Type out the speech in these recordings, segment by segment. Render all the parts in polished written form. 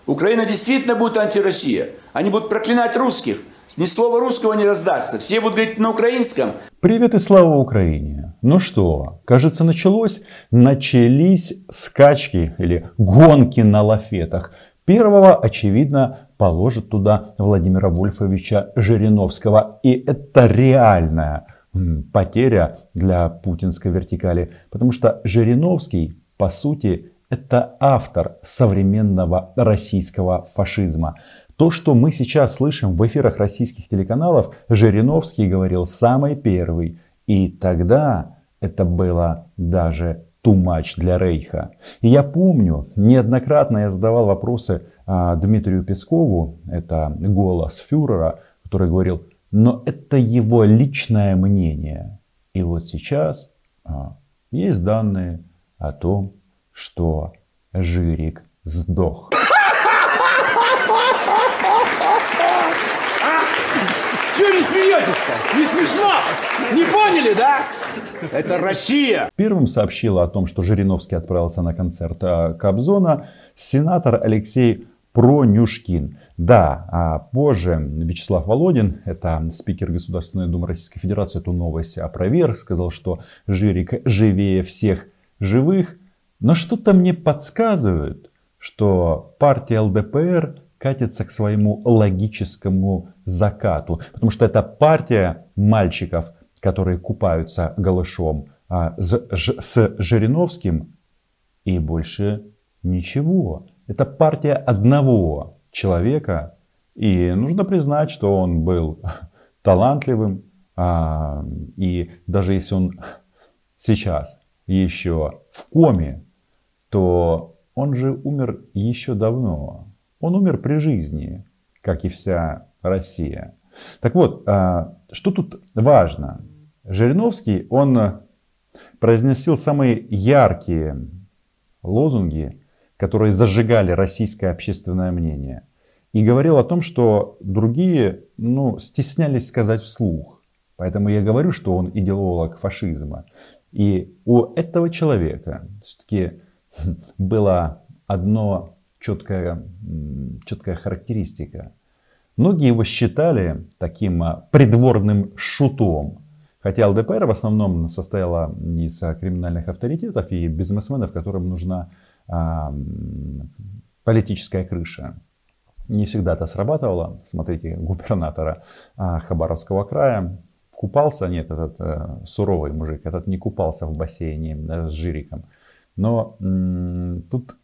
Украина действительно будет антироссия. Они будут проклинать русских. Ни слова русского не раздастся. Все будут говорить на украинском. Привет и слава Украине. Ну что, кажется, начались скачки или гонки на лафетах. Первого, очевидно, положат туда Владимира Вольфовича Жириновского. И это реальная потеря для путинской вертикали. Потому что Жириновский, по сути, это автор современного российского фашизма. То, что мы сейчас слышим в эфирах российских телеканалов, Жириновский говорил самый первый. И тогда это было даже too much для Рейха. И я помню, неоднократно я задавал вопросы Дмитрию Пескову, это голос фюрера, который говорил, но это его личное мнение. И вот сейчас есть данные о том, что Жирик сдох. Чего не смеетесь-то? Не смешно? Не поняли, да? Это Россия! Первым сообщила о том, что Жириновский отправился на концерт Кобзона, сенатор Алексей Пронюшкин. Да, а позже Вячеслав Володин, это спикер Государственной Думы Российской Федерации, эту новость опроверг, сказал, что Жирик живее всех живых. Но что-то мне подсказывает, что партия ЛДПР катится к своему логическому закату. Потому что это партия мальчиков, которые купаются голышом с Жириновским и больше ничего. Это партия одного человека. И нужно признать, что он был талантливым. И даже если он сейчас еще в коме, то он же умер еще давно. Он умер при жизни, как и вся Россия. Так вот, что тут важно? Жириновский, он произносил самые яркие лозунги, которые зажигали российское общественное мнение. И говорил о том, что другие стеснялись сказать вслух. Поэтому я говорю, что он идеолог фашизма. И у этого человека все-таки была одна четкая характеристика. Многие его считали таким придворным шутом. Хотя ЛДПР в основном состояла из криминальных авторитетов и бизнесменов, которым нужна политическая крыша. Не всегда это срабатывало. Смотрите, губернатора Хабаровского края купался. Нет, этот суровый мужик, этот не купался в бассейне с Жириком. Но тут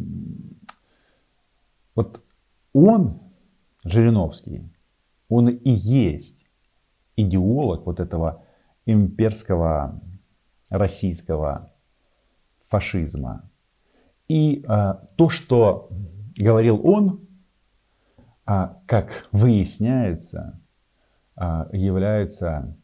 вот он, Жириновский, он и есть идеолог вот этого имперского российского фашизма. И то, что говорил он, как выясняется, являются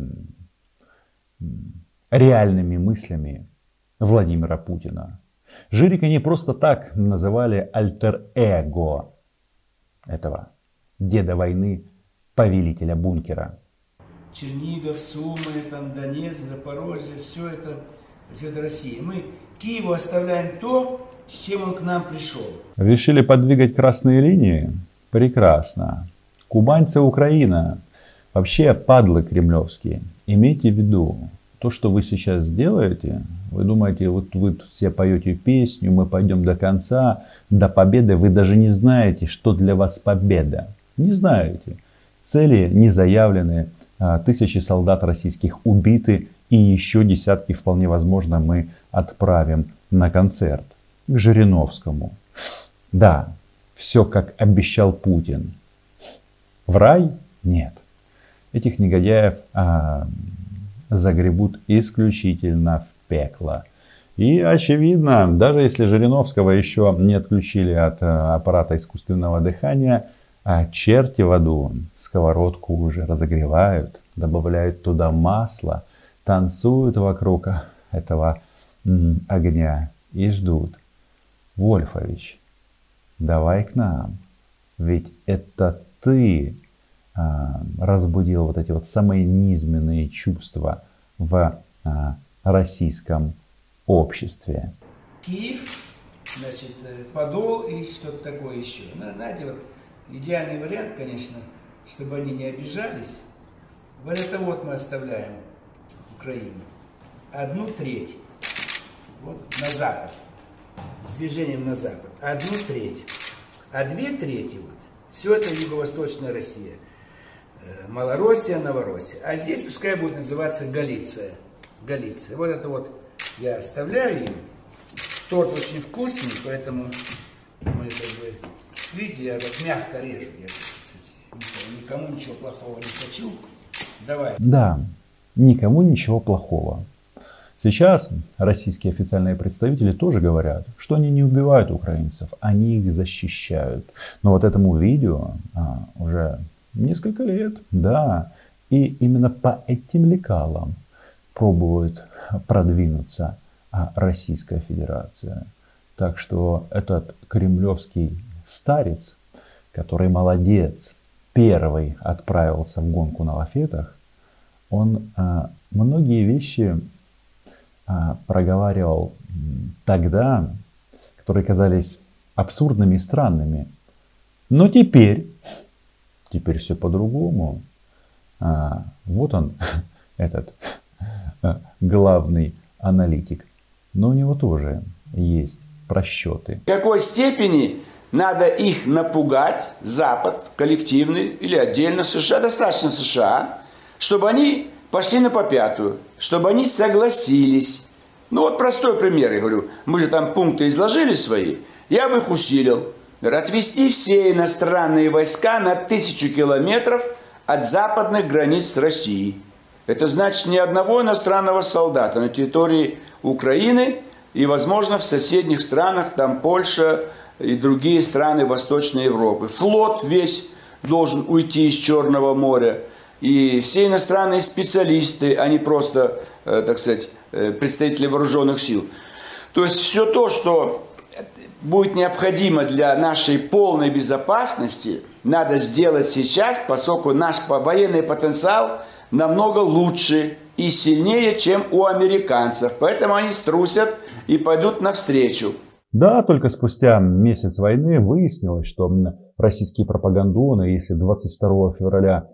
реальными мыслями Владимира Путина. Жирика не просто так называли альтер-эго этого деда войны, повелителя бункера. Чернигов, Сумы, там, Донецк, Запорожье, все это Россия. Мы Киеву оставляем то, с чем он к нам пришел. Решили подвигать красные линии? Прекрасно. Кубанцы, Украина. Вообще падлы кремлевские. Имейте в виду, то, что вы сейчас сделаете, вы думаете, вот вы все поете песню, мы пойдем до конца, до победы. Вы даже не знаете, что для вас победа. Не знаете. Цели не заявлены. Тысячи солдат российских убиты. И еще десятки, вполне возможно, мы отправим на концерт к Жириновскому. Да, все как обещал Путин. В рай? Нет. Этих негодяев загребут исключительно в пекло. И очевидно, даже если Жириновского еще не отключили от аппарата искусственного дыхания, черти в аду сковородку уже разогревают, добавляют туда масло, танцуют вокруг этого огня и ждут. Вольфович, давай к нам, ведь это ты разбудил вот эти вот самые низменные чувства в российском обществе. Киев значит, подол и что-то такое еще. Знаете, вот идеальный вариант, конечно, чтобы они не обижались. Вот это вот мы оставляем Украину. 1/3. Вот на запад. С движением на запад. 1/3. А 2/3 вот. Все это юго-восточная Россия. Малороссия, Новороссия. А здесь пускай будет называться Галиция. Галиция. Вот это вот я оставляю им. Торт очень вкусный, поэтому мы как бы, видите, я вот мягко режу. Я, кстати, никому ничего плохого не хочу. Давай. Да, никому ничего плохого. Сейчас российские официальные представители тоже говорят, что они не убивают украинцев, они их защищают. Но вот этому видео уже несколько лет, да, и именно по этим лекалам пробует продвинуться Российская Федерация. Так что этот кремлевский старец, который молодец, первый отправился в гонку на лафетах, он многие вещи проговаривал тогда, которые казались абсурдными и странными. Но теперь все по-другому. Вот он, этот главный аналитик. Но у него тоже есть просчеты. В какой степени надо их напугать, Запад, коллективный или отдельно США, достаточно США, чтобы они пошли на попятую, чтобы они согласились. Ну вот простой пример, я говорю, мы же там пункты изложили свои, я бы их усилил. Отвести все иностранные войска на 1000 километров от западных границ России. Это значит ни одного иностранного солдата на территории Украины и, возможно, в соседних странах, там Польша и другие страны Восточной Европы. Флот весь должен уйти из Черного моря. И все иностранные специалисты, а не просто, так сказать, представители вооруженных сил. То есть все то, что будет необходимо для нашей полной безопасности, надо сделать сейчас, поскольку наш военный потенциал намного лучше и сильнее, чем у американцев. Поэтому они струсят и пойдут навстречу. Да, только спустя месяц войны выяснилось, что российские пропагандоны, если 22 февраля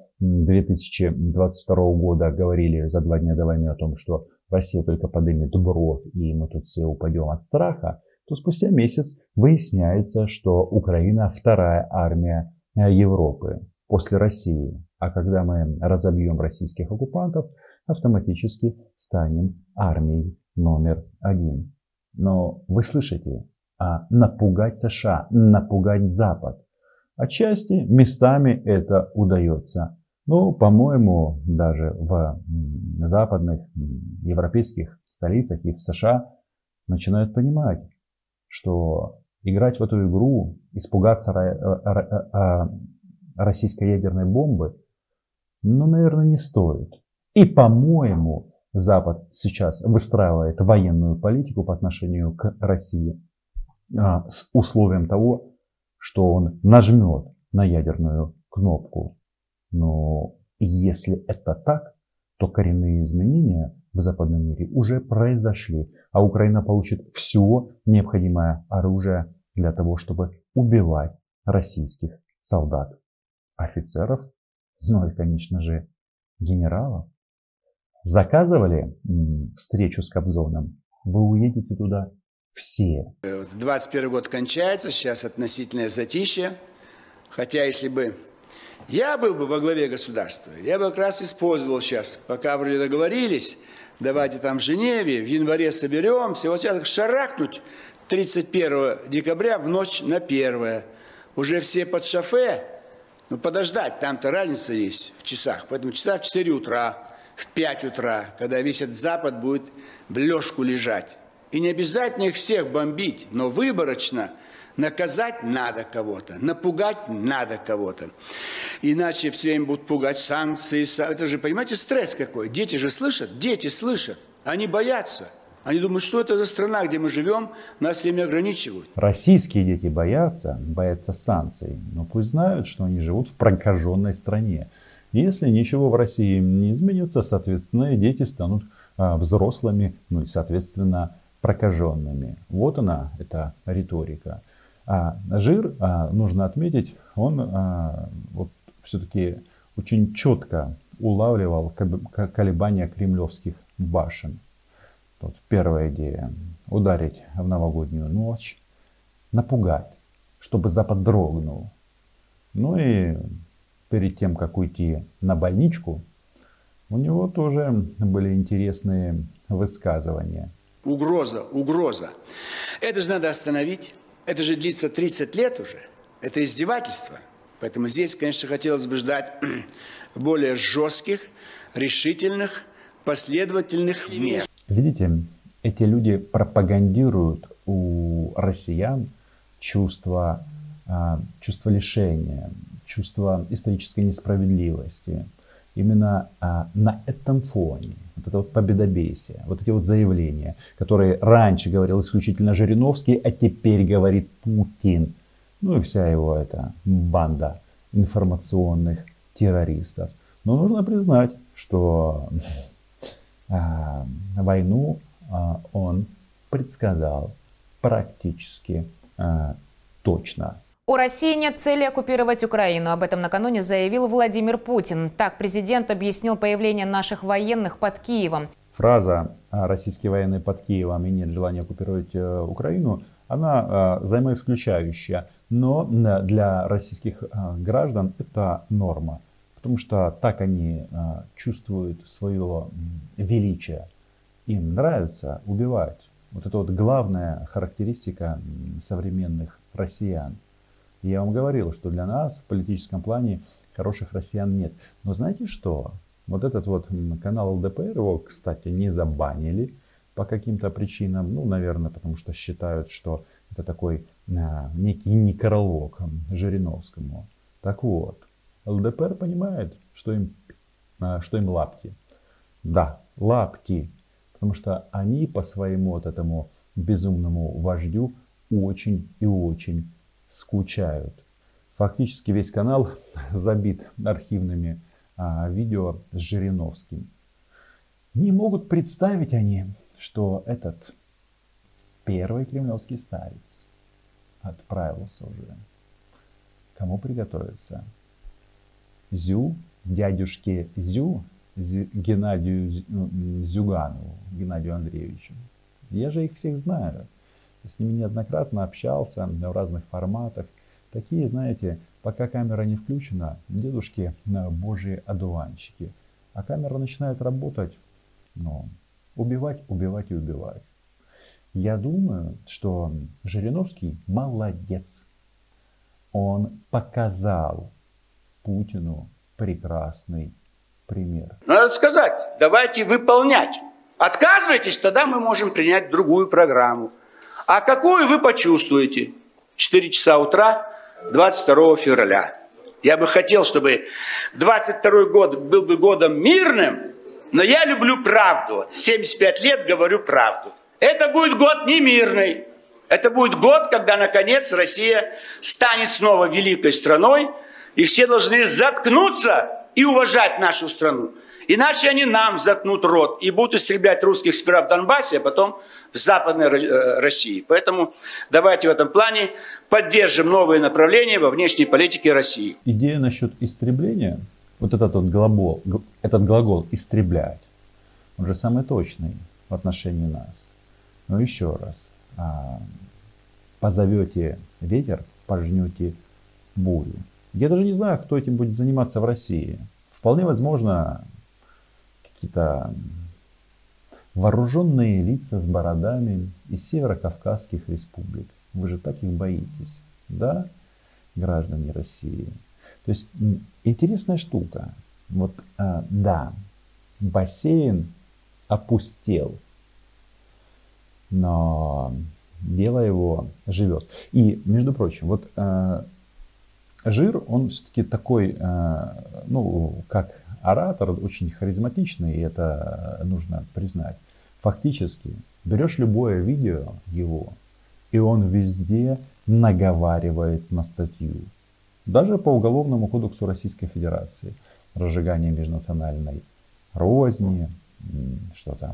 2022 года говорили за 2 дня до войны о том, что Россия только поднимет бровь и мы тут все упадем от страха, то спустя месяц выясняется, что Украина вторая армия Европы после России. А когда мы разобьем российских оккупантов, автоматически станем армией номер 1. Но вы слышите, напугать США, напугать Запад. Отчасти местами это удается. Но, по-моему, даже в западных европейских столицах и в США начинают понимать, что играть в эту игру, испугаться российской ядерной бомбы, наверное, не стоит. И, по-моему, Запад сейчас выстраивает военную политику по отношению к России с условием того, что он нажмет на ядерную кнопку. Но если это так, то коренные изменения в западном мире уже произошли, а Украина получит все необходимое оружие для того, чтобы убивать российских солдат, офицеров, ну и, конечно же, генералов. Заказывали встречу с Кобзоном? Вы уедете туда все. 21 год кончается, сейчас относительное затишье. Хотя, если бы я был бы во главе государства, я бы как раз использовал сейчас, пока вроде договорились, давайте там в Женеве, в январе соберемся, вот сейчас шарахнуть 31 декабря в ночь на 1. Уже все под шофе, ну подождать, там-то разница есть в часах, поэтому часа в 4 утра, в 5 утра, когда весь этот Запад будет в лёжку лежать. И не обязательно их всех бомбить, но выборочно наказать надо кого-то, напугать надо кого-то. Иначе все время будут пугать санкции. Это же, понимаете, стресс какой. Дети же слышат, дети слышат. Они боятся. Они думают, что это за страна, где мы живем, нас всеми ограничивают. Российские дети боятся санкций. Но пусть знают, что они живут в прокаженной стране. Если ничего в России не изменится, соответственно, и дети станут взрослыми, ну и, соответственно, прокаженными. Вот она, эта риторика. А Жир, нужно отметить, он вот все-таки очень четко улавливал колебания кремлевских башен. Вот первая идея. Ударить в новогоднюю ночь, напугать, чтобы Запад дрогнул. Ну и перед тем, как уйти на больничку, у него тоже были интересные высказывания. Угроза, угроза. Это же надо остановить. Это же длится 30 лет уже. Это издевательство. Поэтому здесь, конечно, хотелось бы ждать более жестких, решительных, последовательных мер. Видите, эти люди пропагандируют у россиян чувство лишения, чувство исторической несправедливости. Именно на этом фоне, вот это вот победобесие, вот эти вот заявления, которые раньше говорил исключительно Жириновский, а теперь говорит Путин. Ну и вся его эта банда информационных террористов. Но нужно признать, что войну он предсказал практически точно. У России нет цели оккупировать Украину. Об этом накануне заявил Владимир Путин. Так президент объяснил появление наших военных под Киевом. Фраза «российские военные под Киевом и нет желания оккупировать Украину», она взаимоисключающая. Но для российских граждан это норма. Потому что так они чувствуют свое величие. Им нравится убивать. Вот это вот главная характеристика современных россиян. Я вам говорил, что для нас в политическом плане хороших россиян нет. Но знаете что? Вот этот вот канал ЛДПР, его, кстати, не забанили по каким-то причинам. Ну, наверное, потому что считают, что это такой некий некролог Жириновскому. Так вот, ЛДПР понимает, что им лапти. Да, лапти. Потому что они по своему вот этому безумному вождю очень и очень скучают. Фактически весь канал забит архивными видео с Жириновским. Не могут представить они, что этот первый кремлевский старец отправился уже. Кому приготовиться? Дядюшке Геннадию Зюганову, Геннадию Андреевичу. Я же их всех знаю. Я с ними неоднократно общался в разных форматах. Такие, знаете, пока камера не включена, дедушки божьи одуванчики. А камера начинает работать, убивать, убивать и убивать. Я думаю, что Жириновский молодец. Он показал Путину прекрасный пример. Надо сказать, давайте выполнять. Отказывайтесь, тогда мы можем принять другую программу. А какую вы почувствуете? 4 часа утра 22 февраля. Я бы хотел, чтобы 22 год был бы годом мирным, но я люблю правду. 75 лет говорю правду. Это будет год не мирный. Это будет год, когда, наконец, Россия станет снова великой страной, и все должны заткнуться и уважать нашу страну. Иначе они нам заткнут рот и будут истреблять русских сперва в Донбассе, а потом в Западной России. Поэтому давайте в этом плане поддержим новые направления во внешней политике России. Идея насчет истребления, вот этот глагол «истреблять», он же самый точный в отношении нас. Но еще раз, позовете ветер, пожнете бурю. Я даже не знаю, кто этим будет заниматься в России. Вполне возможно, какие-то вооруженные лица с бородами из северокавказских республик. Вы же так их боитесь, да, граждане России? То есть интересная штука. Вот, да, бассейн опустел, но дело его живет. И, между прочим, вот Жир, он все-таки такой, как оратор, очень харизматичный, и это нужно признать. Фактически, берешь любое видео его, и он везде наговаривает на статью. Даже по Уголовному кодексу Российской Федерации. Разжигание межнациональной розни, что там,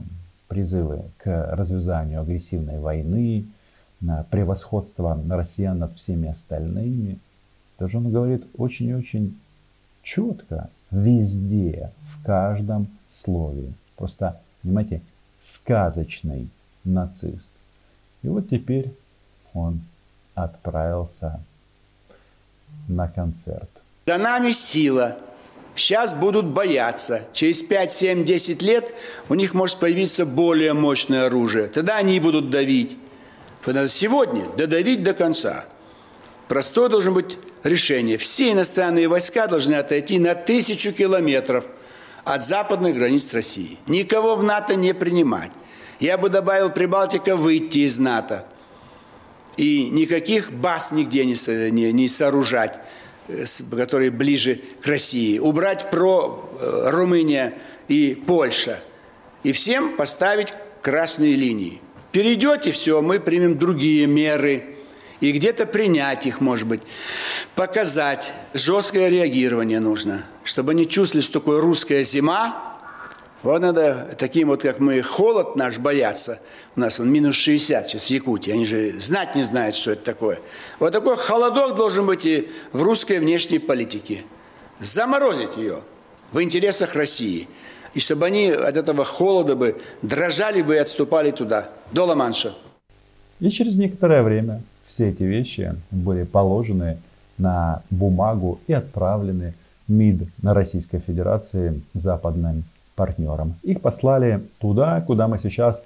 призывы к развязанию агрессивной войны, на превосходство россиян над всеми остальными. Тоже он говорит очень и очень четко, везде, в каждом слове. Просто, понимаете, сказочный нацист. И вот теперь он отправился на концерт. За нами сила. Сейчас будут бояться. Через 5, 7, 10 лет у них может появиться более мощное оружие. Тогда они будут давить. Надо сегодня додавить до конца. Простое должно быть решение. Все иностранные войска должны отойти на 1000 километров от западных границ России. Никого в НАТО не принимать. Я бы добавил, Прибалтика выйти из НАТО. И никаких баз нигде не сооружать, которые ближе к России. Убрать Румыния и Польша. И всем поставить красные линии. Перейдете, все, мы примем другие меры. И где-то принять их, может быть. Показать. Жесткое реагирование нужно. Чтобы они чувствовали, что такое русская зима. Вот надо таким вот, как мы, холод наш бояться. У нас он минус 60 сейчас в Якутии. Они же знать не знают, что это такое. Вот такой холодок должен быть и в русской внешней политике. Заморозить ее в интересах России. И чтобы они от этого холода бы дрожали бы и отступали туда, до Ла-Манша. И через некоторое время все эти вещи были положены на бумагу и отправлены МИД Российской Федерации западным партнерам. Их послали туда, куда мы сейчас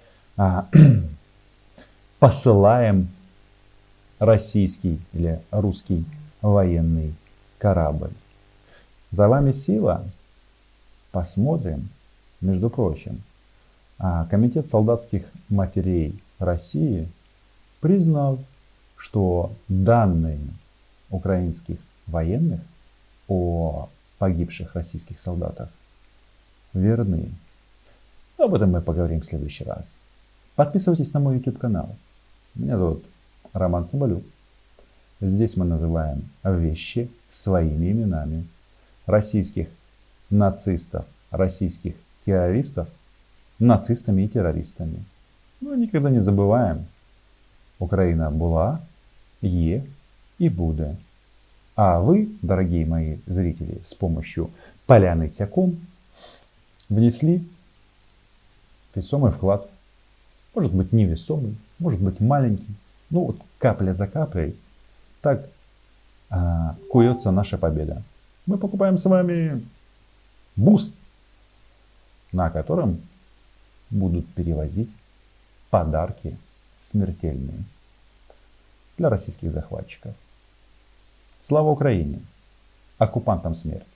посылаем российский или русский военный корабль. За вами сила. Посмотрим. Между прочим, Комитет солдатских матерей России признал, что данные украинских военных о погибших российских солдатах верны. Но об этом мы поговорим в следующий раз. Подписывайтесь на мой YouTube канал. Меня зовут Роман Соболюк. Здесь мы называем вещи своими именами. Российских нацистов, российских террористов нацистами и террористами. Но никогда не забываем. Украина была, є и буде. А вы, дорогие мои зрители, с помощью Поляны.ком внесли весомый вклад. Может быть невесомый, может быть маленький. Ну вот капля за каплей так куется наша победа. Мы покупаем с вами буст, на котором будут перевозить подарки смертельные для российских захватчиков. Слава Украине! Оккупантам смерть!